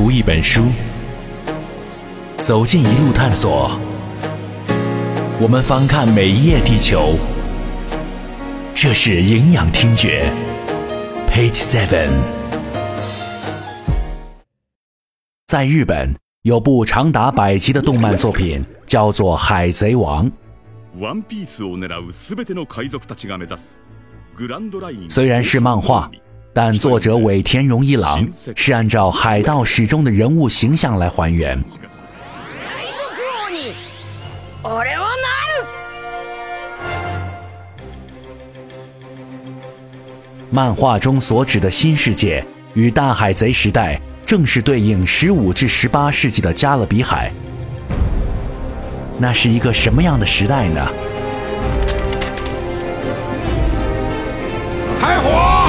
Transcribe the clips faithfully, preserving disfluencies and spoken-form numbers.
读一本书，走进一路探索，我们翻看每一页地球。这是营养听觉 Page Seven。 在日本有部长达百集的动漫作品，叫做《海贼王》。虽然是漫画，但作者尾田荣一郎是按照海盗史中的人物形象来还原。漫画中所指的新世界与大海贼时代正是对应十五至十八世纪的加勒比海。那是一个什么样的时代呢？ 开火！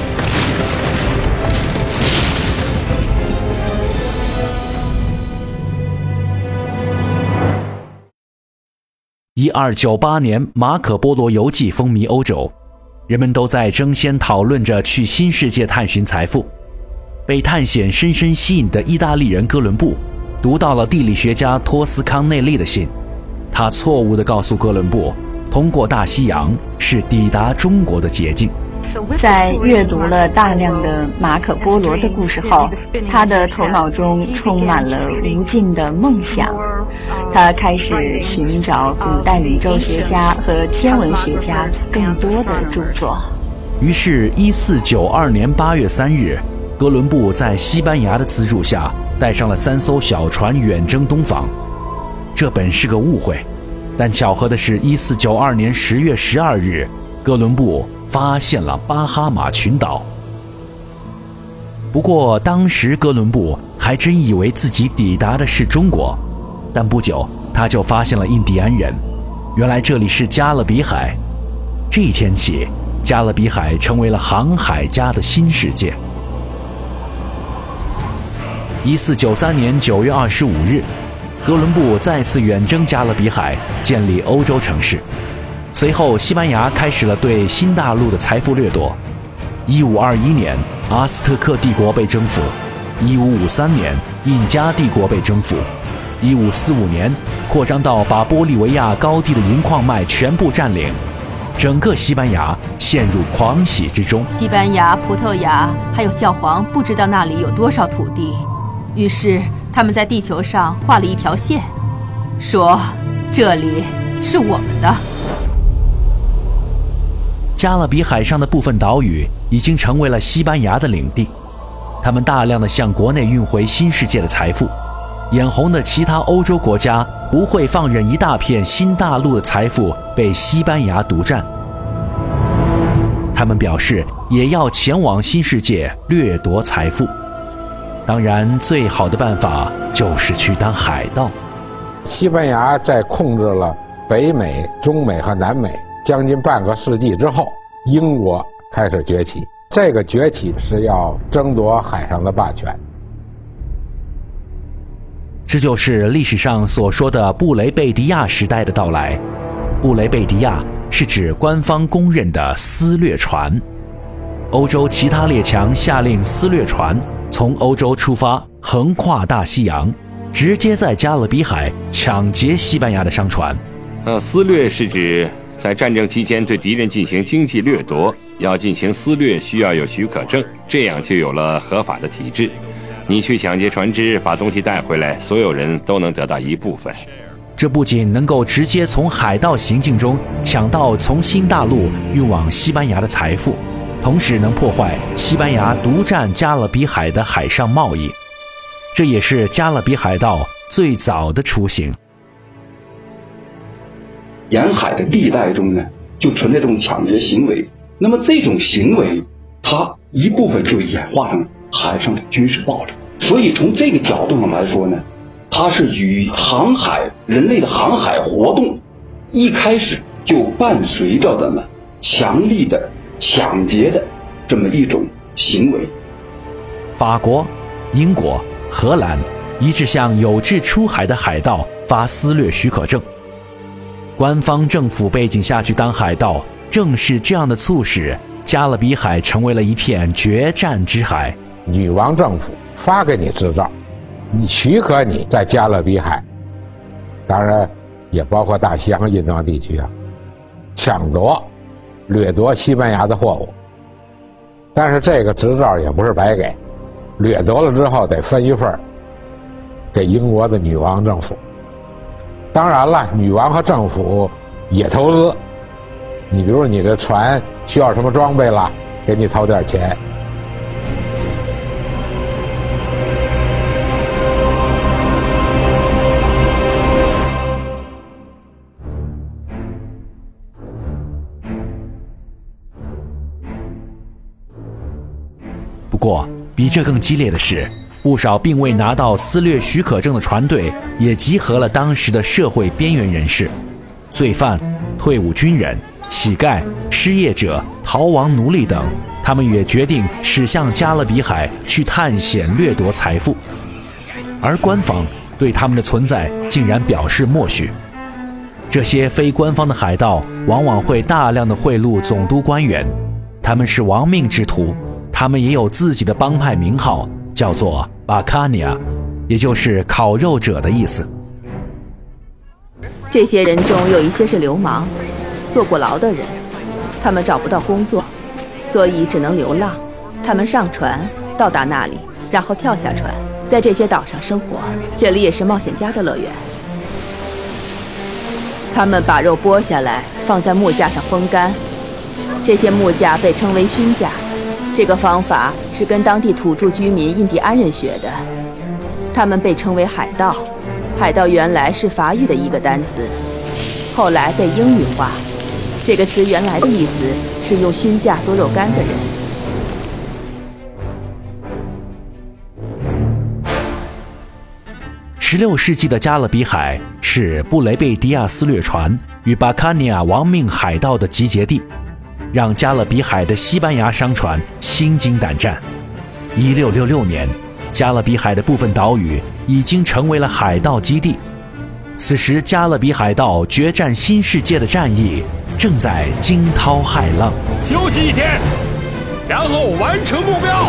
一二九八年，马可波罗游记风靡欧洲，人们都在争先讨论着去新世界探寻财富。被探险深深吸引的意大利人哥伦布读到了地理学家托斯康内利的信，他错误地告诉哥伦布，通过大西洋是抵达中国的捷径。 在阅读了大量的马可波罗的故事后，他的头脑中充满了无尽的梦想。他开始寻找古代宇宙学家和天文学家更多的著作。 于是一四九二年八月三日，哥伦布在西班牙的资助下带上了三艘小船远征东方。这本是个误会，但巧合的是一四九二年十月十二日，哥伦布发现了巴哈马群岛。不过当时哥伦布还真以为自己抵达的是中国，但不久他就发现了印第安人。原来这里是加勒比海。这一天起，加勒比海成为了航海家的新世界。一四九三年九月二十五日，哥伦布再次远征加勒比海，建立欧洲城市。随后西班牙开始了对新大陆的财富掠夺。一五二一年，阿斯特克帝国被征服。一五五三年，印加帝国被征服。一五四五年，扩张到把玻利维亚高地的银矿脉全部占领，整个西班牙陷入狂喜之中。 西班牙、葡萄牙还有教皇不知道那里有多少土地，于是他们在地球上画了一条线，说这里是我们的。 加勒比海上的部分岛屿已经成为了西班牙的领地，他们大量地向国内运回新世界的财富。眼红的其他欧洲国家不会放任一大片新大陆的财富被西班牙独占，他们表示也要前往新世界掠夺财富。当然，最好的办法就是去当海盗。 西班牙在控制了北美、中美和南美将近半个世纪之后，英国开始崛起。这个崛起是要争夺海上的霸权。 这就是历史上所说的布雷贝迪亚时代的到来。布雷贝迪亚是指官方公认的私掠船。欧洲其他列强下令私掠船从欧洲出发，横跨大西洋，直接在加勒比海抢劫西班牙的商船。 呃，私掠是指在战争期间对敌人进行经济掠夺，要进行私掠需要有许可证，这样就有了合法的体制。你去抢劫船只，把东西带回来，所有人都能得到一部分。 这不仅能够直接从海盗行径中抢到从新大陆运往西班牙的财富，同时能破坏西班牙独占加勒比海的海上贸易。这也是加勒比海盗最早的雏形。 沿海的地带中呢，就存在这种抢劫行为。那么这种行为，它一部分就演化成海上的军事暴力。所以从这个角度上来说呢，它是与航海人类的航海活动一开始就伴随着的呢强力的抢劫的这么一种行为。 法国、英国、荷兰一致向有志出海的海盗发私掠许可证。官方政府背景下去当海盗，正是这样的促使加勒比海成为了一片决战之海。 女王政府发给你执照， 你许可你在加勒比海，当然也包括大西洋印度洋地区啊，抢夺、掠夺西班牙的货物。但是这个执照也不是白给，掠夺了之后得分一份给英国的女王政府。当然了，女王和政府也投资，你比如你的船需要什么装备了，给你掏点钱。 不过，比这更激烈的是，不少并未拿到私掠许可证的船队也集合了当时的社会边缘人士、罪犯、退伍军人、乞丐、失业者、逃亡奴隶等，他们也决定驶向加勒比海去探险掠夺财富，而官方对他们的存在竟然表示默许。这些非官方的海盗往往会大量的贿赂总督官员，他们是亡命之徒，他们也有自己的帮派名号，叫做巴卡尼亚，也就是烤肉者的意思。 这些人中有一些是流氓，坐过牢的人，他们找不到工作，所以只能流浪。他们上船到达那里，然后跳下船，在这些岛上生活。这里也是冒险家的乐园。他们把肉剥下来，放在木架上风干，这些木架被称为熏架。这个方法是跟当地土著居民印第安人学的，他们被称为海盗。海盗原来是法语的一个单词，后来被英语化。这个词原来的意思是用熏架做肉干的人。 十六世纪的加勒比海是布雷贝迪亚私掠船与巴卡尼亚亡命海盗的集结地，让加勒比海的西班牙商船心惊胆战。一六六六年，加勒比海的部分岛屿已经成为了海盗基地。此时，加勒比海盗决战新世界的战役正在惊涛骇浪。 休息一天，然后完成目标。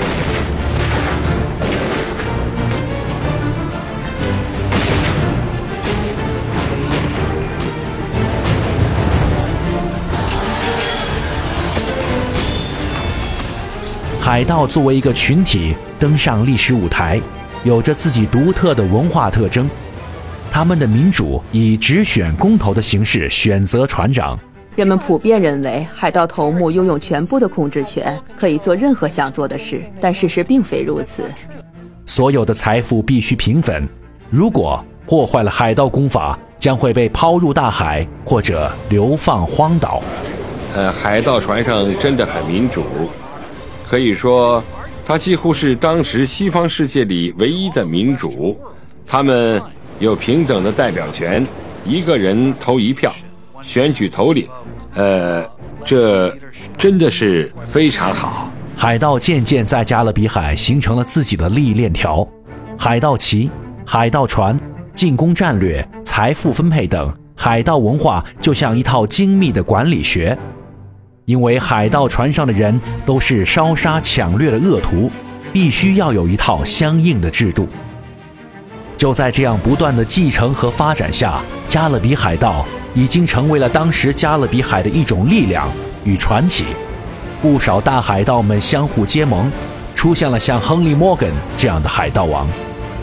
海盗作为一个群体登上历史舞台，有着自己独特的文化特征。他们的民主以直选公投的形式选择船长。 人们普遍认为海盗头目拥有全部的控制权，可以做任何想做的事，但事实并非如此。 所有的财富必须平分，如果破坏了海盗公法，将会被抛入大海或者流放荒岛。 呃，海盗船上真的很民主。可以说，它几乎是当时西方世界里唯一的民主。他们有平等的代表权，一个人投一票，选举头领。呃，这真的是非常好。 海盗渐渐在加勒比海形成了自己的利益链条，海盗旗、海盗船、进攻战略、财富分配等，海盗文化就像一套精密的管理学。因为海盗船上的人都是烧杀抢掠的恶徒，必须要有一套相应的制度。就在这样不断的继承和发展下，加勒比海盗已经成为了当时加勒比海的一种力量与传奇。不少大海盗们相互结盟，出现了像亨利·摩根这样的海盗王。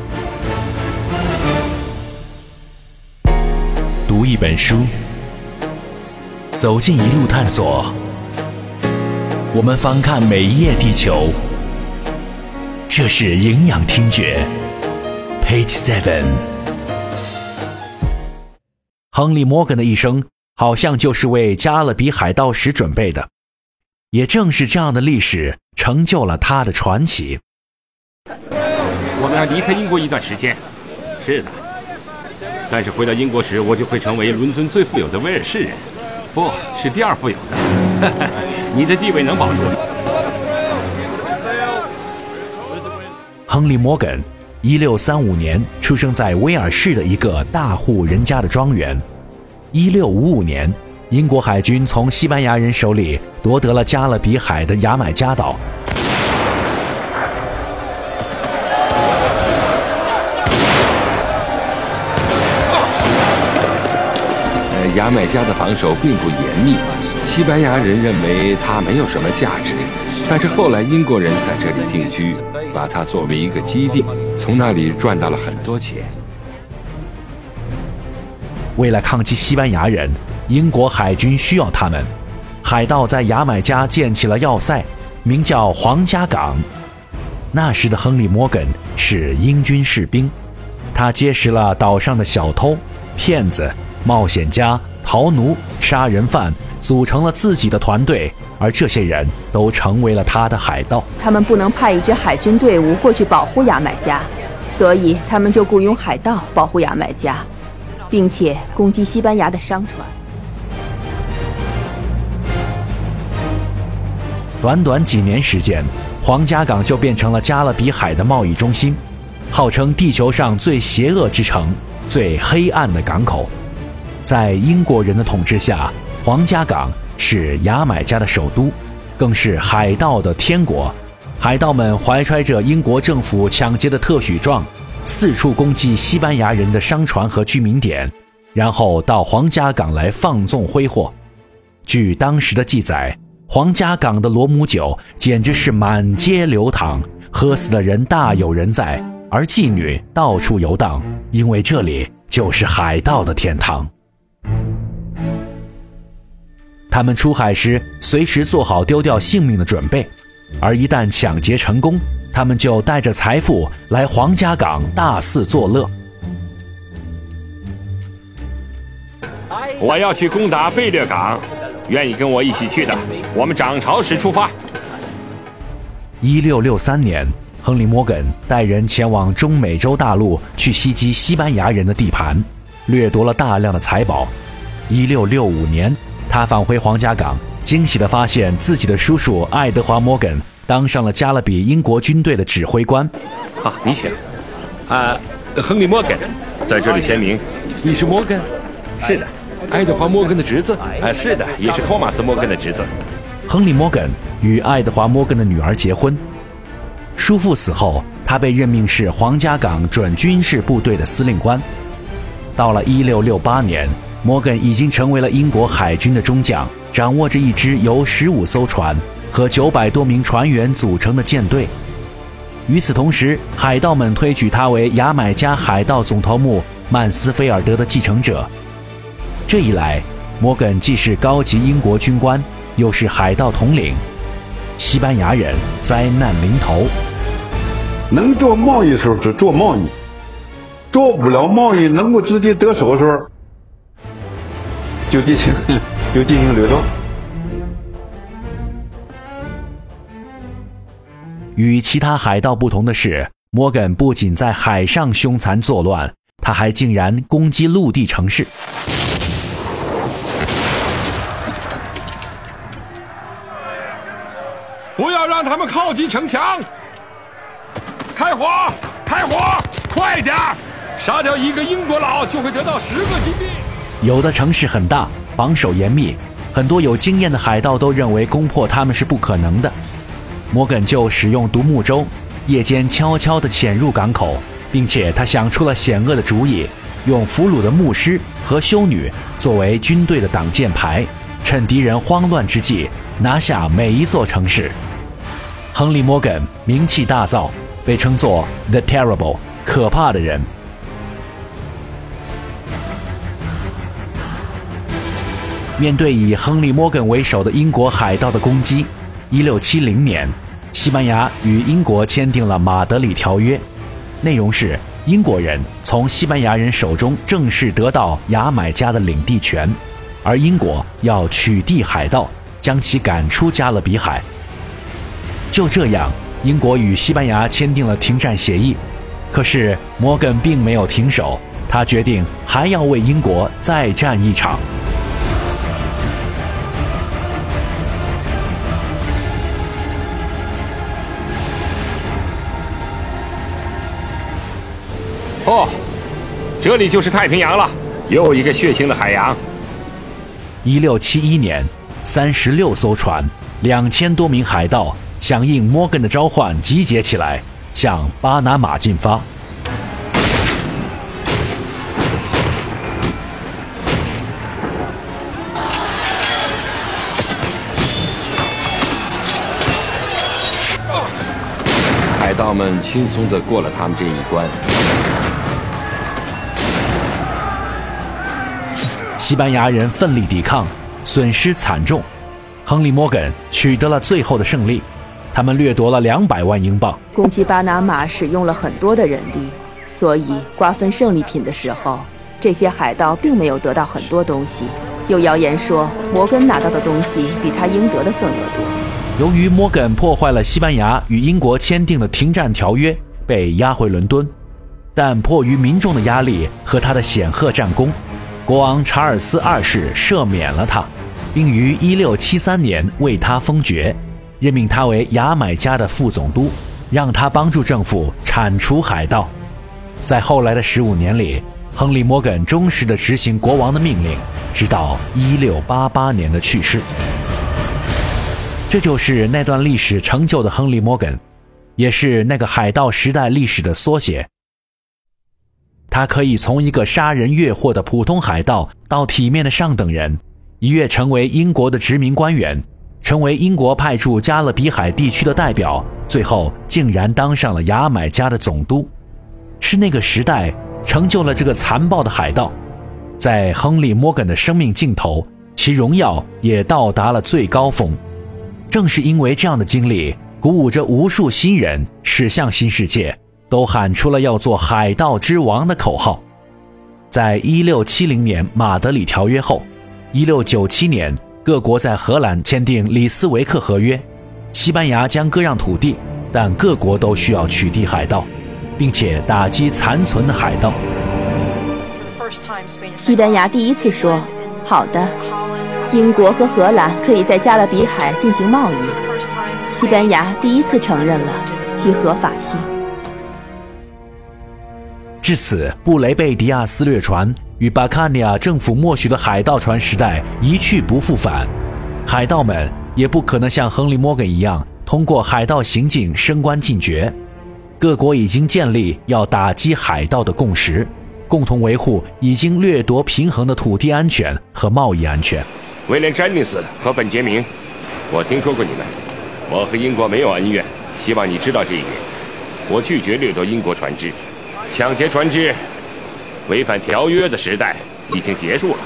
读一本书，走进一路探索，我们翻看每一页地球。这是营养听觉 Page Seven。 亨利·摩根的一生好像就是为加勒比海盗史准备的，也正是这样的历史成就了他的传奇。 我们要离开英国一段时间，是的，但是回到英国时，我就会成为伦敦最富有的威尔士人，不是第二富有的。你的地位能保住。 亨利·摩根一六三五年出生在威尔士的一个大户人家的庄园。一六五五年，英国海军从西班牙人手里夺得了加勒比海的牙买加岛。 牙买加的防守并不严密，西班牙人认为它没有什么价值。但是后来英国人在这里定居，把它作为一个基地，从那里赚到了很多钱。 为了抗击西班牙人，英国海军需要他们，海盗在牙买加建起了要塞，名叫皇家港。那时的亨利·摩根是英军士兵，他结识了岛上的小偷、骗子、冒险家、逃奴、杀人犯，组成了自己的团队，而这些人都成为了他的海盗。 他们不能派一支海军队伍过去保护牙买加，所以他们就雇佣海盗保护牙买加，并且攻击西班牙的商船。 短短几年时间，皇家港就变成了加勒比海的贸易中心，号称地球上最邪恶之城、最黑暗的港口。在英国人的统治下，皇家港是牙买加的首都，更是海盗的天国。海盗们怀揣着英国政府抢劫的特许状，四处攻击西班牙人的商船和居民点，然后到皇家港来放纵挥霍。据当时的记载，皇家港的罗姆酒简直是满街流淌，喝死的人大有人在，而妓女到处游荡，因为这里就是海盗的天堂。他们出海时随时做好丢掉性命的准备，而一旦抢劫成功，他们就带着财富来皇家港大肆作乐。 我要去攻打贝略港，愿意跟我一起去的，我们涨潮时出发。 一六六三年，亨利·摩根带人前往中美洲大陆去袭击西班牙人的地盘，掠夺了大量的财宝。一六六五年，他返回皇家港，惊喜地发现自己的叔叔爱德华·摩根当上了加勒比英国军队的指挥官。 好，你请。啊，亨利·摩根，在这里签名。你是摩根？是的。爱德华·摩根的侄子？啊，是的，也是托马斯·摩根的侄子。 亨利·摩根与爱德华·摩根的女儿结婚。叔父死后，他被任命是皇家港准军事部队的司令官。到了一六六八年，摩根已经成为了英国海军的中将，掌握着一支由十五艘船和九百多名船员组成的舰队。与此同时，海盗们推举他为牙买加海盗总头目曼斯菲尔德的继承者。这一来，摩根既是高级英国军官，又是海盗统领。西班牙人灾难临头。 能做贸易的时候是做贸易，做不了贸易能够直接得手的时候，就进行就进行掠夺。 与其他海盗不同的是，摩根不仅在海上凶残作乱，他还竟然攻击陆地城市。 不要让他们靠近城墙！开火！开火！快点！杀掉一个英国佬就会得到十个金币。 有的城市很大，防守严密，很多有经验的海盗都认为攻破他们是不可能的。摩根就使用独木舟，夜间悄悄地潜入港口，并且他想出了险恶的主意，用俘虏的牧师和修女作为军队的挡箭牌，趁敌人慌乱之际拿下每一座城市。亨利·摩根名气大噪，被称作 The Terrible 可怕的人。面对以亨利·摩根为首的英国海盗的攻击，一六七零年，西班牙与英国签订了马德里条约，内容是英国人从西班牙人手中正式得到牙买加的领地权，而英国要取缔海盗，将其赶出加勒比海。就这样，英国与西班牙签订了停战协议。可是摩根并没有停手，他决定还要为英国再战一场。 哦，这里就是太平洋了，又一个血腥的海洋。 一六七一年，三十六艘船，两千多名海盗响应摩根的召唤，集结起来，向巴拿马进发。 盗们轻松地过了他们这一关。 西班牙人奋力抵抗，损失惨重。亨利·摩根取得了最后的胜利，他们掠夺了两百万英镑。 攻击巴拿马使用了很多的人力，所以瓜分胜利品的时候，这些海盗并没有得到很多东西。有谣言说，摩根拿到的东西比他应得的份额多。 由于摩根破坏了西班牙与英国签订的停战条约，被押回伦敦，但迫于民众的压力和他的显赫战功，国王查尔斯二世赦免了他，并于一六七三年为他封爵，任命他为牙买加的副总督，让他帮助政府铲除海盗。在后来的十五年里，亨利·摩根忠实地执行国王的命令，直到一六八八年的去世。这就是那段历史成就的亨利·摩根，也是那个海盗时代历史的缩写。他可以从一个杀人越货的普通海盗到体面的上等人，一跃成为英国的殖民官员，成为英国派驻加勒比海地区的代表，最后竟然当上了牙买加的总督。是那个时代成就了这个残暴的海盗。在亨利·摩根的生命尽头，其荣耀也到达了最高峰。正是因为这样的经历，鼓舞着无数新人驶向新世界，都喊出了要做海盗之王的口号。在一六七零年马德里条约后，一六九七年各国在荷兰签订里斯维克合约，西班牙将割让土地，但各国都需要取缔海盗，并且打击残存的海盗。 西班牙第一次说，好的，英国和荷兰可以在加勒比海进行贸易。西班牙第一次承认了其合法性。 至此，布雷贝迪亚斯掠船与巴卡尼亚政府默许的海盗船时代一去不复返，海盗们也不可能像亨利·摩根一样通过海盗行径升官进爵。各国已经建立要打击海盗的共识，共同维护已经掠夺平衡的土地安全和贸易安全。 威廉·詹尼斯和本杰明，我听说过你们，我和英国没有恩怨，希望你知道这一点。我拒绝掠夺英国船只，抢劫船只，违反条约的时代已经结束了。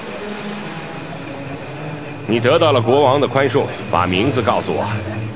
你得到了国王的宽恕，把名字告诉我。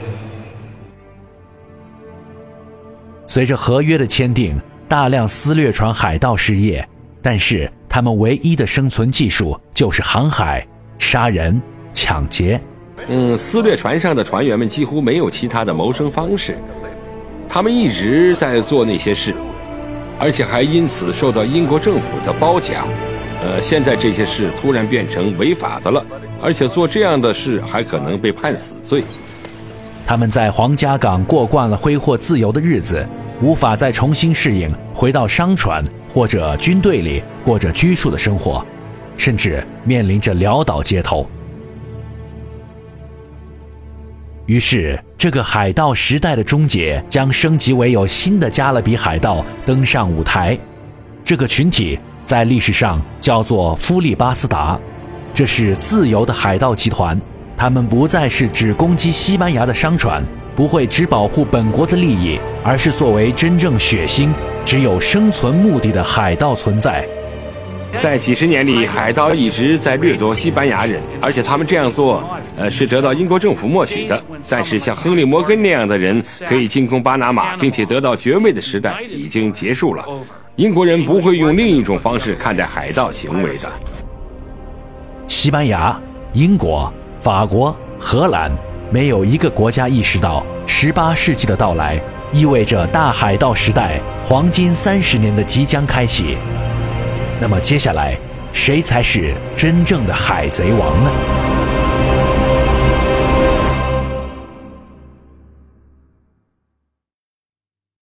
随着合约的签订，大量私掠船海盗失业，但是他们唯一的生存技术就是航海、杀人、抢劫。 嗯，私掠船上的船员们几乎没有其他的谋生方式，他们一直在做那些事，而且还因此受到英国政府的褒奖。呃，现在这些事突然变成违法的了，而且做这样的事还可能被判死罪。 他们在皇家港过惯了挥霍自由的日子，无法再重新适应回到商船或者军队里过着拘束的生活，甚至面临着潦倒街头。于是，这个海盗时代的终结将升级为有新的加勒比海盗登上舞台。这个群体在历史上叫做夫利巴斯达，这是自由的海盗集团。他们不再是只攻击西班牙的商船，不会只保护本国的利益，而是作为真正血腥、只有生存目的的海盗存在。 在几十年里，海盗一直在掠夺西班牙人，而且他们这样做，呃，是得到英国政府默许的。但是像亨利·摩根那样的人可以进攻巴拿马，并且得到爵位的时代已经结束了。英国人不会用另一种方式看待海盗行为的。 西班牙、英国、法国、荷兰，没有一个国家意识到十八世纪的到来意味着大海盗时代黄金三十年的即将开启。那么接下来，谁才是真正的海贼王呢？